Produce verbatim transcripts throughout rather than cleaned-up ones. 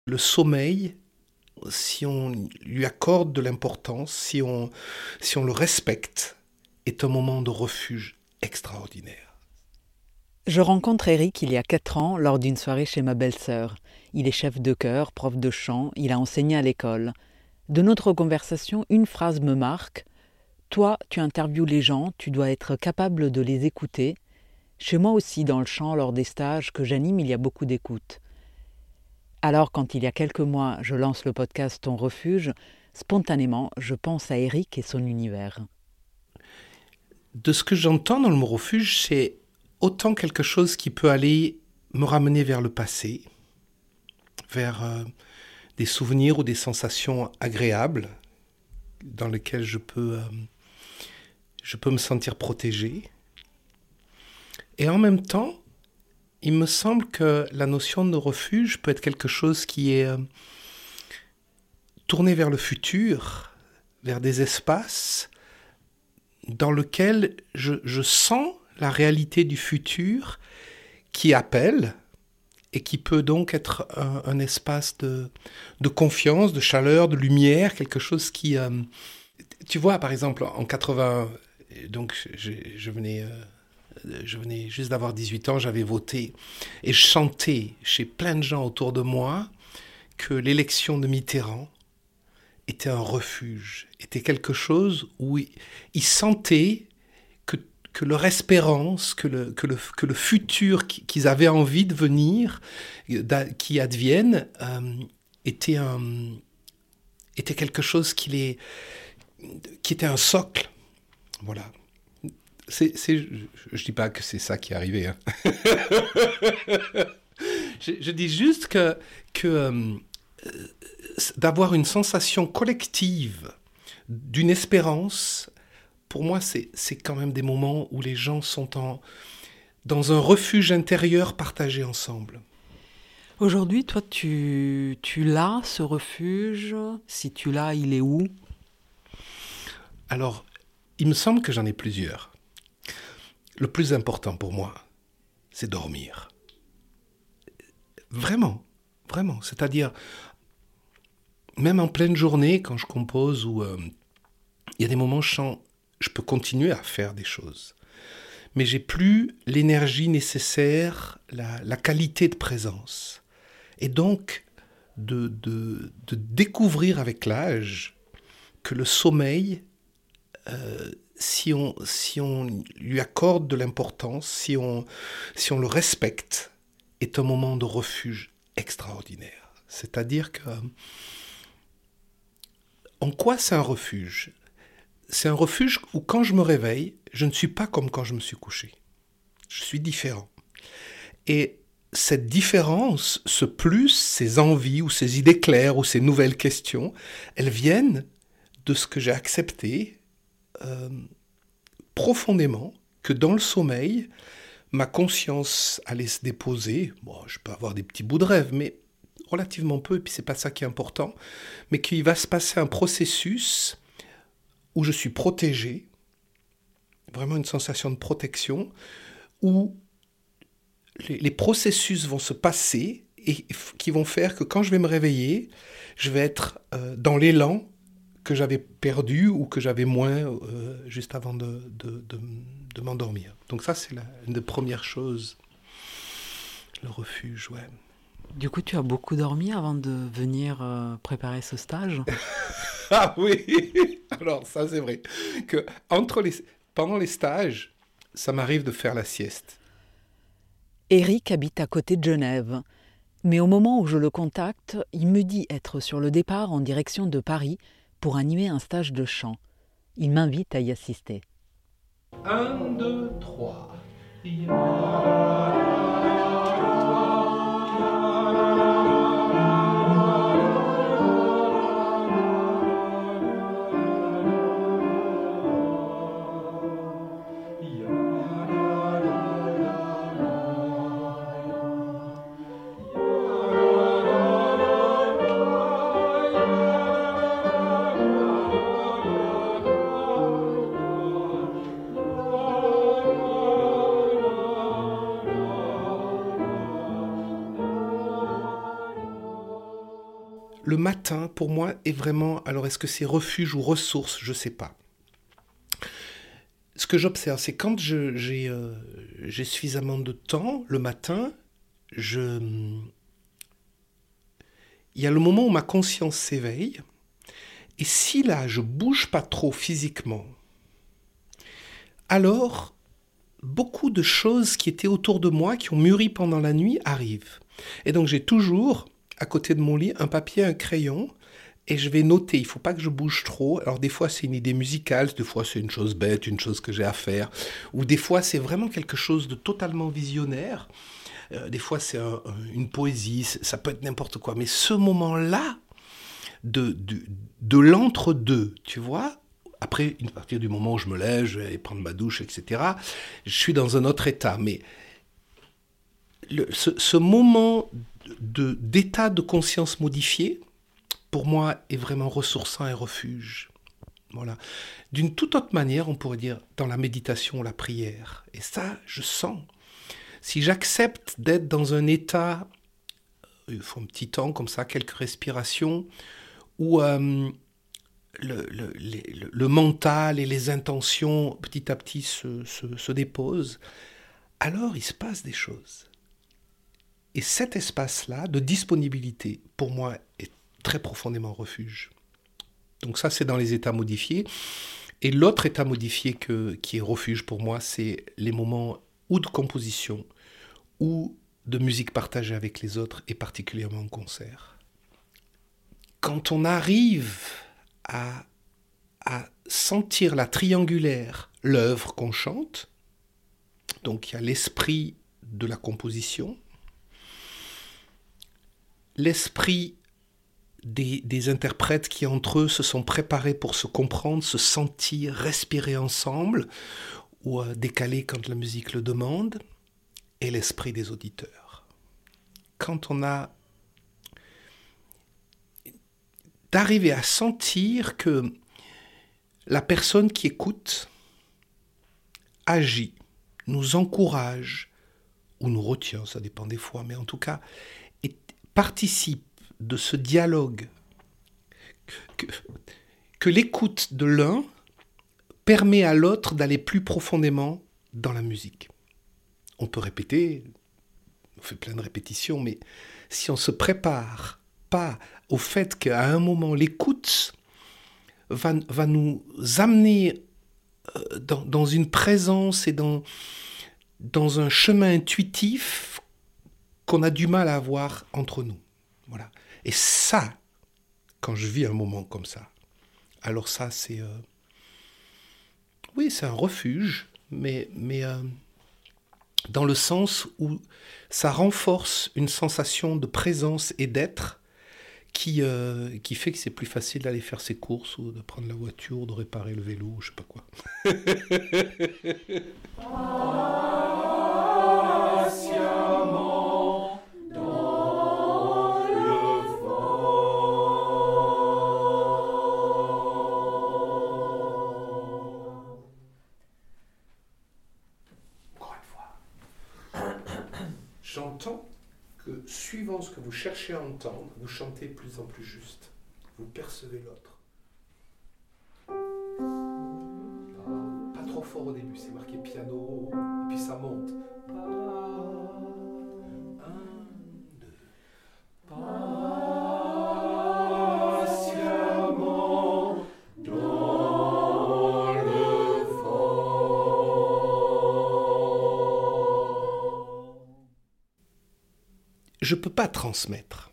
Le sommeil, si on lui accorde de l'importance, si on, si on le respecte, est un moment de refuge extraordinaire. Je rencontre Eric il y a quatre ans lors d'une soirée chez ma belle-sœur. Il est chef de chœur, prof de chant, il a enseigné à l'école. De notre conversation, une phrase me marque. « Toi, tu interviewes les gens, tu dois être capable de les écouter. Chez moi aussi, dans le chant, lors des stages que j'anime, il y a beaucoup d'écoute. » Alors, quand il y a quelques mois, je lance le podcast Ton Refuge, spontanément, je pense à Eric et son univers. De ce que j'entends dans le mot refuge, c'est autant quelque chose qui peut aller me ramener vers le passé, vers euh, des souvenirs ou des sensations agréables dans lesquelles je peux, euh, je peux me sentir protégé. Et en même temps, il me semble que la notion de refuge peut être quelque chose qui est euh, tourné vers le futur, vers des espaces dans lesquels je, je sens la réalité du futur qui appelle et qui peut donc être un, un espace de, de confiance, de chaleur, de lumière, quelque chose qui... Euh, tu vois, par exemple, en quatre-vingt, donc je, je venais... Euh, Je venais juste d'avoir dix-huit ans, j'avais voté et je chantais chez plein de gens autour de moi que l'élection de Mitterrand était un refuge, était quelque chose où ils, ils sentaient que, que leur espérance, que le, que le, que le futur qu'ils avaient envie de venir, qui advienne, euh, était, un, était quelque chose qui, les, qui était un socle. Voilà. C'est, c'est, je ne dis pas que c'est ça qui est arrivé. Hein. je, je dis juste que, que euh, d'avoir une sensation collective d'une espérance, pour moi, c'est, c'est quand même des moments où les gens sont en, dans un refuge intérieur partagé ensemble. Aujourd'hui, toi, tu, tu l'as, ce refuge. Si tu l'as, il est où ? Alors, il me semble que j'en ai plusieurs. Le plus important pour moi, c'est dormir. Vraiment, vraiment. C'est-à-dire, même en pleine journée, quand je compose, où euh, il y a des moments où je sens, je peux continuer à faire des choses. Mais j'ai plus l'énergie nécessaire, la, la qualité de présence. Et donc, de, de, de découvrir avec l'âge que le sommeil... Euh, Si on, si on lui accorde de l'importance, si on, si on le respecte, est un moment de refuge extraordinaire. C'est-à-dire que... En quoi c'est un refuge ? C'est un refuge où quand je me réveille, je ne suis pas comme quand je me suis couché. Je suis différent. Et cette différence, ce plus, ces envies ou ces idées claires ou ces nouvelles questions, elles viennent de ce que j'ai accepté Euh, profondément, que dans le sommeil, ma conscience allait se déposer. Bon, je peux avoir des petits bouts de rêve, mais relativement peu, et puis c'est pas ça qui est important, mais qu'il va se passer un processus où je suis protégé, vraiment une sensation de protection, où les, les processus vont se passer et qui vont faire que quand je vais me réveiller, je vais être euh, dans l'élan que j'avais perdu ou que j'avais moins euh, juste avant de, de, de, de m'endormir. Donc ça, c'est la, une des premières choses, le refuge, ouais. Du coup, tu as beaucoup dormi avant de venir euh, préparer ce stage ? Ah oui. Alors ça, c'est vrai. Que entre les, pendant les stages, ça m'arrive de faire la sieste. Eric habite à côté de Genève. Mais au moment où je le contacte, il me dit être sur le départ en direction de Paris pour animer un stage de chant. Il m'invite à y assister. Un, deux, trois. le matin, pour moi, est vraiment... Alors, est-ce que c'est refuge ou ressource? Je ne sais pas. Ce que j'observe, c'est quand je, j'ai, euh, j'ai suffisamment de temps, le matin, je... il y a le moment où ma conscience s'éveille. Et si là, je ne bouge pas trop physiquement, alors, beaucoup de choses qui étaient autour de moi, qui ont mûri pendant la nuit, arrivent. Et donc, j'ai toujours, à côté de mon lit, un papier, un crayon, et je vais noter. Il ne faut pas que je bouge trop. Alors, des fois, c'est une idée musicale, des fois, c'est une chose bête, une chose que j'ai à faire, ou des fois, c'est vraiment quelque chose de totalement visionnaire. Euh, des fois, c'est un, une poésie, ça peut être n'importe quoi. Mais ce moment-là, de, de, de l'entre-deux, tu vois, après, à partir du moment où je me lève, je vais aller prendre ma douche, et cetera, je suis dans un autre état. Mais le, ce, ce moment de, d'état de conscience modifié, pour moi, est vraiment ressourçant et refuge. Voilà. D'une toute autre manière, on pourrait dire dans la méditation, la prière. Et ça, je sens. Si j'accepte d'être dans un état, il faut un petit temps comme ça, quelques respirations, où... Euh, Le, le, le, le mental et les intentions petit à petit se, se, se déposent, alors il se passe des choses. Et cet espace-là de disponibilité, pour moi, est très profondément refuge. Donc ça, c'est dans les états modifiés. Et l'autre état modifié que, qui est refuge pour moi, c'est les moments ou de composition ou de musique partagée avec les autres, et particulièrement en concert. Quand on arrive à, à sentir la triangulaire, l'œuvre qu'on chante, donc il y a l'esprit de la composition, l'esprit des, des interprètes qui entre eux se sont préparés pour se comprendre, se sentir, respirer ensemble, ou euh, décaler quand la musique le demande, et l'esprit des auditeurs. Quand on a d'arriver à sentir que la personne qui écoute agit, nous encourage, ou nous retient, ça dépend des fois, mais en tout cas, et participe de ce dialogue, que, que l'écoute de l'un permet à l'autre d'aller plus profondément dans la musique. On peut répéter, on fait plein de répétitions, mais si on ne se prépare pas au fait qu'à un moment, l'écoute va, va nous amener dans, dans une présence et dans, dans un chemin intuitif qu'on a du mal à avoir entre nous. Voilà. Et ça, quand je vis un moment comme ça, alors ça, c'est... Euh, oui, c'est un refuge, mais... mais euh, dans le sens où ça renforce une sensation de présence et d'être qui, euh, qui fait que c'est plus facile d'aller faire ses courses ou de prendre la voiture, de réparer le vélo, je sais pas quoi. Patiemment dans le vent. Encore une fois. J'entends que, suivant ce que vous cherchez à entendre, vous chantez de plus en plus juste. Vous percevez l'autre. Pas trop fort au début, c'est marqué piano, et puis ça monte. Un, deux. Patiemment dans le vent. Je ne peux pas transmettre.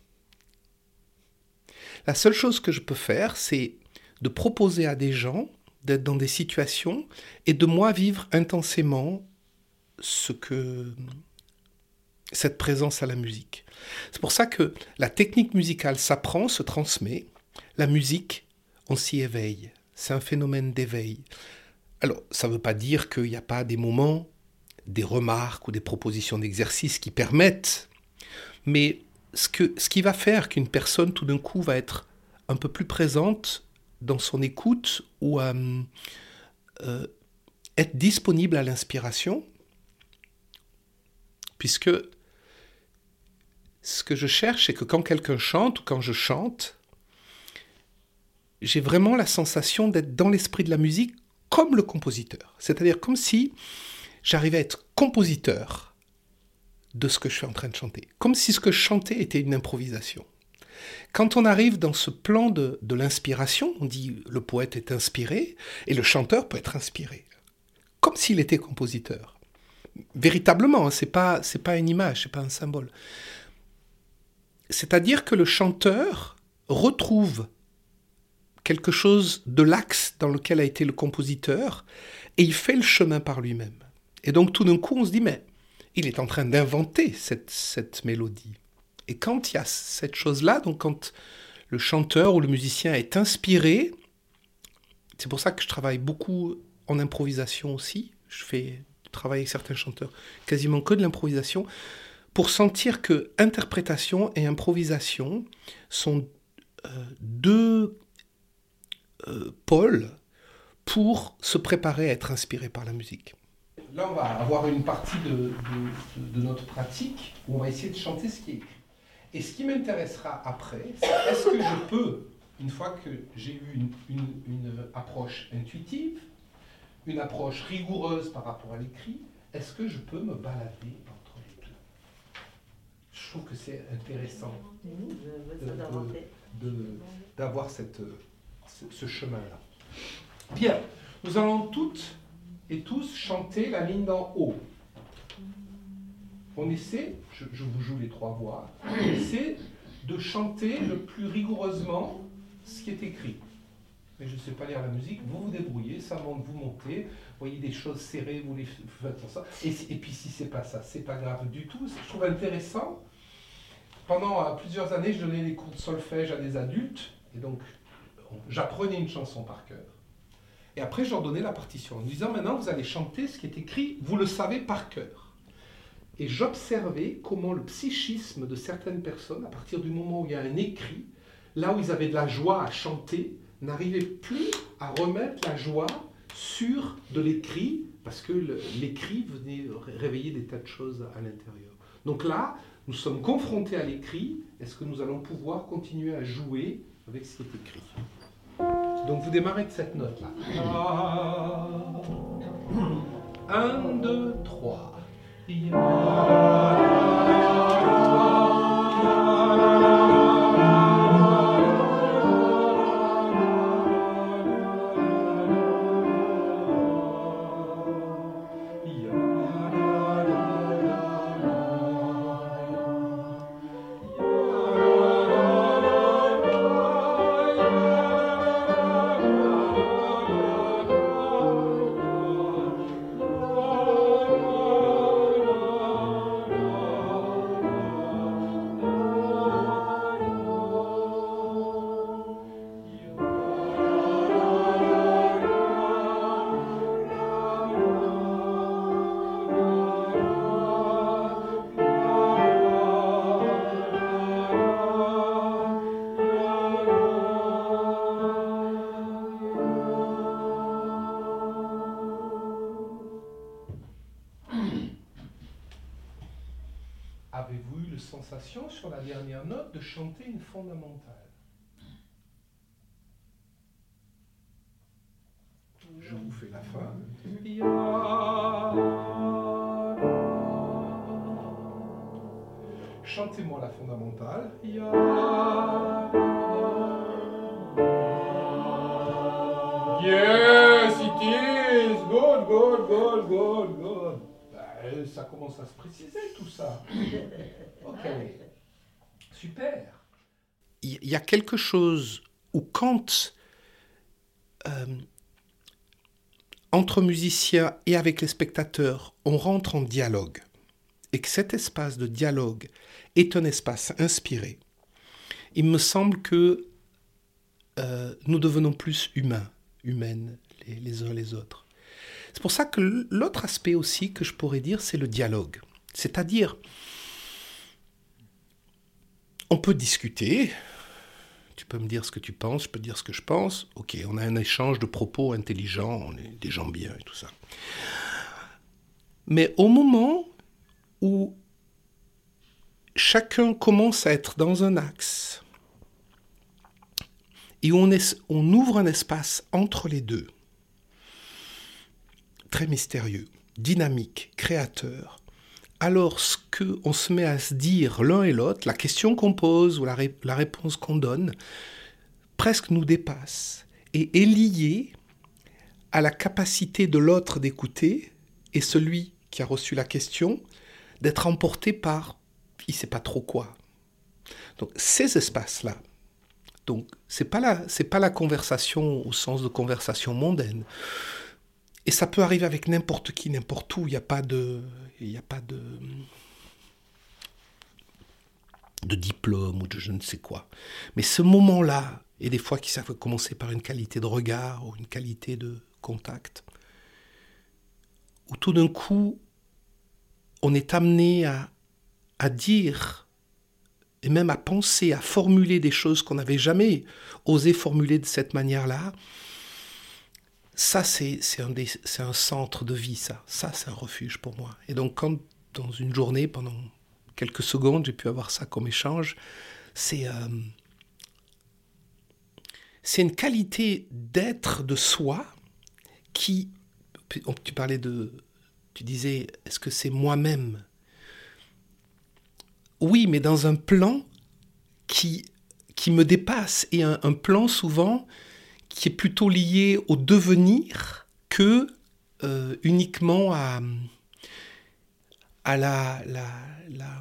La seule chose que je peux faire, c'est de proposer à des gens d'être dans des situations et de moi vivre intensément ce que cette présence à la musique. C'est pour ça que la technique musicale s'apprend, se transmet. La musique, on s'y éveille. C'est un phénomène d'éveil. Alors, ça ne veut pas dire qu'il n'y a pas des moments, des remarques ou des propositions d'exercice qui permettent. Mais ce, que, ce qui va faire qu'une personne, tout d'un coup, va être un peu plus présente dans son écoute ou euh, euh, être disponible à l'inspiration, puisque Ce que je cherche, c'est que quand quelqu'un chante ou quand je chante, j'ai vraiment la sensation d'être dans l'esprit de la musique comme le compositeur. C'est-à-dire comme si j'arrivais à être compositeur de ce que je suis en train de chanter. Comme si ce que je chantais était une improvisation. Quand on arrive dans ce plan de, de l'inspiration, on dit le poète est inspiré et le chanteur peut être inspiré. Comme s'il était compositeur. Véritablement, hein, c'est pas, c'est pas une image, c'est pas un symbole. C'est-à-dire que le chanteur retrouve quelque chose de l'axe dans lequel a été le compositeur et il fait le chemin par lui-même. Et donc tout d'un coup, on se dit, mais il est en train d'inventer cette, cette mélodie. Et quand il y a cette chose-là, donc quand le chanteur ou le musicien est inspiré, c'est pour ça que je travaille beaucoup en improvisation aussi, je fais travailler avec certains chanteurs quasiment que de l'improvisation, pour sentir que interprétation et improvisation sont euh, deux euh, pôles pour se préparer à être inspiré par la musique. Là, on va avoir une partie de, de, de, de notre pratique où on va essayer de chanter ce qui est écrit. Et ce qui m'intéressera après, c'est est-ce que je peux, une fois que j'ai eu une, une, une approche intuitive, une approche rigoureuse par rapport à l'écrit, est-ce que je peux me balader entre les deux? Je trouve que c'est intéressant de, de, de, d'avoir cette, ce, ce chemin-là. Bien, nous allons toutes et tous chanter la ligne d'en haut. On essaie, je, je vous joue les trois voix, on essaie de chanter le plus rigoureusement ce qui est écrit. Mais je ne sais pas lire la musique, vous vous débrouillez, ça monte, vous montez, vous voyez des choses serrées, vous les faites comme ça. Et, et puis si c'est pas ça, c'est pas grave du tout. Je trouve intéressant. Pendant euh, plusieurs années, je donnais des cours de solfège à des adultes, et donc j'apprenais une chanson par cœur. Et après, je leur donnais la partition en disant, maintenant, vous allez chanter ce qui est écrit, vous le savez par cœur. Et j'observais comment le psychisme de certaines personnes, à partir du moment où il y a un écrit, là où ils avaient de la joie à chanter, n'arrivaient plus à remettre la joie sur de l'écrit, parce que le, l'écrit venait réveiller des tas de choses à l'intérieur. Donc là, nous sommes confrontés à l'écrit. Est-ce que nous allons pouvoir continuer à jouer avec ce qui est écrit? Donc vous démarrez de cette note-là. Un, deux, trois. Avez-vous eu la sensation sur la dernière note de chanter une fondamentale? Je vous fais la fin. Chantez-moi la fondamentale. Yes, it is. Good, good, good, good, good. Ben, ça commence à se préciser tout ça. Ok. Super. Il y a quelque chose où quand euh, entre musiciens et avec les spectateurs, on rentre en dialogue, et que cet espace de dialogue est un espace inspiré, il me semble que euh, nous devenons plus humains, humaines les, les uns les autres. C'est pour ça que l'autre aspect aussi que je pourrais dire, c'est le dialogue. C'est-à-dire, on peut discuter, tu peux me dire ce que tu penses, je peux dire ce que je pense, ok, on a un échange de propos intelligents, on est des gens bien et tout ça. Mais au moment où chacun commence à être dans un axe et on, est, on ouvre un espace entre les deux, très mystérieux, dynamique, créateur, alors ce qu'on se met à se dire l'un et l'autre, la question qu'on pose ou la, ré, la réponse qu'on donne, presque nous dépasse et est liée à la capacité de l'autre d'écouter et celui qui a reçu la question d'être emporté par il ne sait pas trop quoi. Donc ces espaces-là, donc c'est pas la, c'est pas la conversation au sens de conversation mondaine. Et ça peut arriver avec n'importe qui, n'importe où. Il n'y a pas de, il n'y a pas de, de diplôme ou de je ne sais quoi. Mais ce moment-là, et des fois qui ça peut commencer par une qualité de regard ou une qualité de contact, où tout d'un coup, on est amené à, à dire, et même à penser, à formuler des choses qu'on n'avait jamais osé formuler de cette manière-là. Ça, c'est, c'est, un des, c'est un centre de vie, ça. Ça, c'est un refuge pour moi. Et donc, quand, dans une journée, pendant quelques secondes, j'ai pu avoir ça comme échange, c'est, euh, c'est une qualité d'être de soi qui... Tu parlais de... Tu disais, est-ce que c'est moi-même ? Oui, mais dans un plan qui, qui me dépasse. Et un, un plan, souvent, qui est plutôt lié au devenir que euh, uniquement à, à la, la, la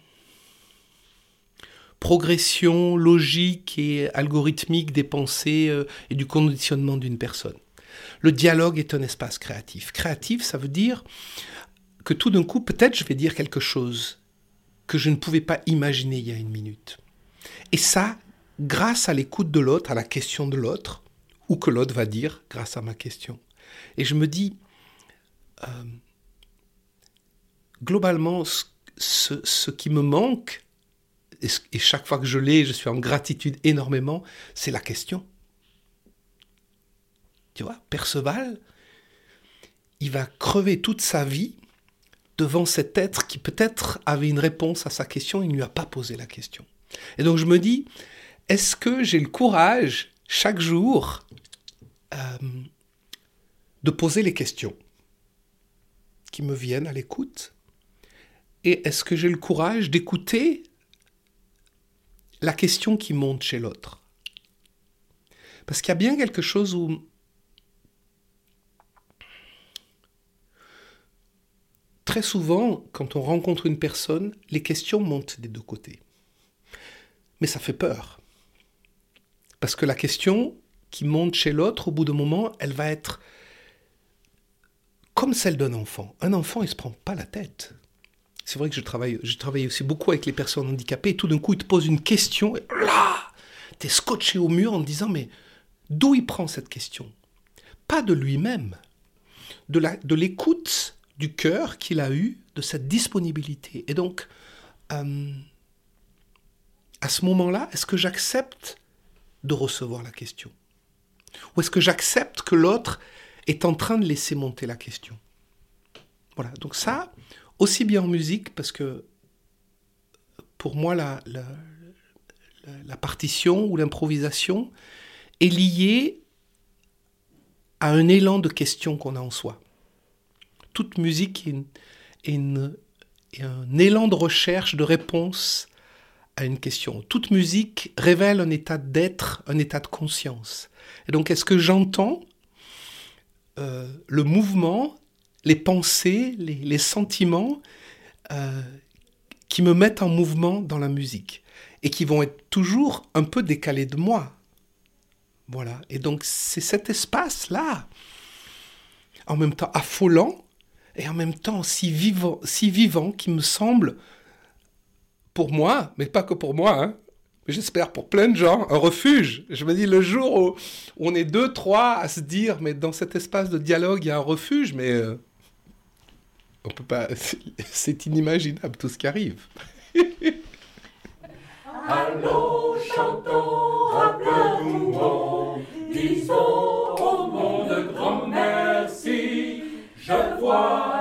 progression logique et algorithmique des pensées euh, et du conditionnement d'une personne. Le dialogue est un espace créatif. Créatif, ça veut dire que tout d'un coup, peut-être je vais dire quelque chose que je ne pouvais pas imaginer il y a une minute. Et ça, grâce à l'écoute de l'autre, à la question de l'autre, ou que l'autre va dire grâce à ma question. Et je me dis, euh, globalement, ce, ce, ce qui me manque, et, et chaque fois que je l'ai, je suis en gratitude énormément, c'est la question. Tu vois, Perceval, il va crever toute sa vie devant cet être qui peut-être avait une réponse à sa question, il ne lui a pas posé la question. Et donc je me dis, est-ce que j'ai le courage, chaque jour, euh, de poser les questions qui me viennent à l'écoute ? Et est-ce que j'ai le courage d'écouter la question qui monte chez l'autre ? Parce qu'il y a bien quelque chose où très souvent, quand on rencontre une personne, les questions montent des deux côtés. Mais ça fait peur. Parce que la question qui monte chez l'autre, au bout d'un moment, elle va être comme celle d'un enfant. Un enfant, il ne se prend pas la tête. C'est vrai que je travaille, je travaille aussi beaucoup avec les personnes handicapées, et tout d'un coup, il te pose une question, et là, tu es scotché au mur en te disant, mais d'où il prend cette question ? Pas de lui-même, de, la, de l'écoute du cœur qu'il a eu, de cette disponibilité. Et donc, euh, à ce moment-là, est-ce que j'accepte de recevoir la question ? Ou est-ce que j'accepte que l'autre est en train de laisser monter la question ? Voilà, donc ça, aussi bien en musique, parce que pour moi, la, la, la, la partition ou l'improvisation est liée à un élan de question qu'on a en soi. Toute musique est, une, est, une, est un élan de recherche, de réponse à une question. Toute musique révèle un état d'être, un état de conscience. Et donc, est-ce que j'entends euh, le mouvement, les pensées, les, les sentiments euh, qui me mettent en mouvement dans la musique et qui vont être toujours un peu décalés de moi. Voilà. Et donc, c'est cet espace-là, en même temps affolant, et en même temps si vivant, si vivant qui me semble, pour moi, mais pas que pour moi, hein, mais j'espère pour plein de gens, un refuge. Je me dis, le jour où on est deux, trois à se dire, mais dans cet espace de dialogue, il y a un refuge, mais euh, on peut pas, c'est, c'est inimaginable tout ce qui arrive. Allons, chantons un peu tout le monde, disons au monde grand merci. Je vois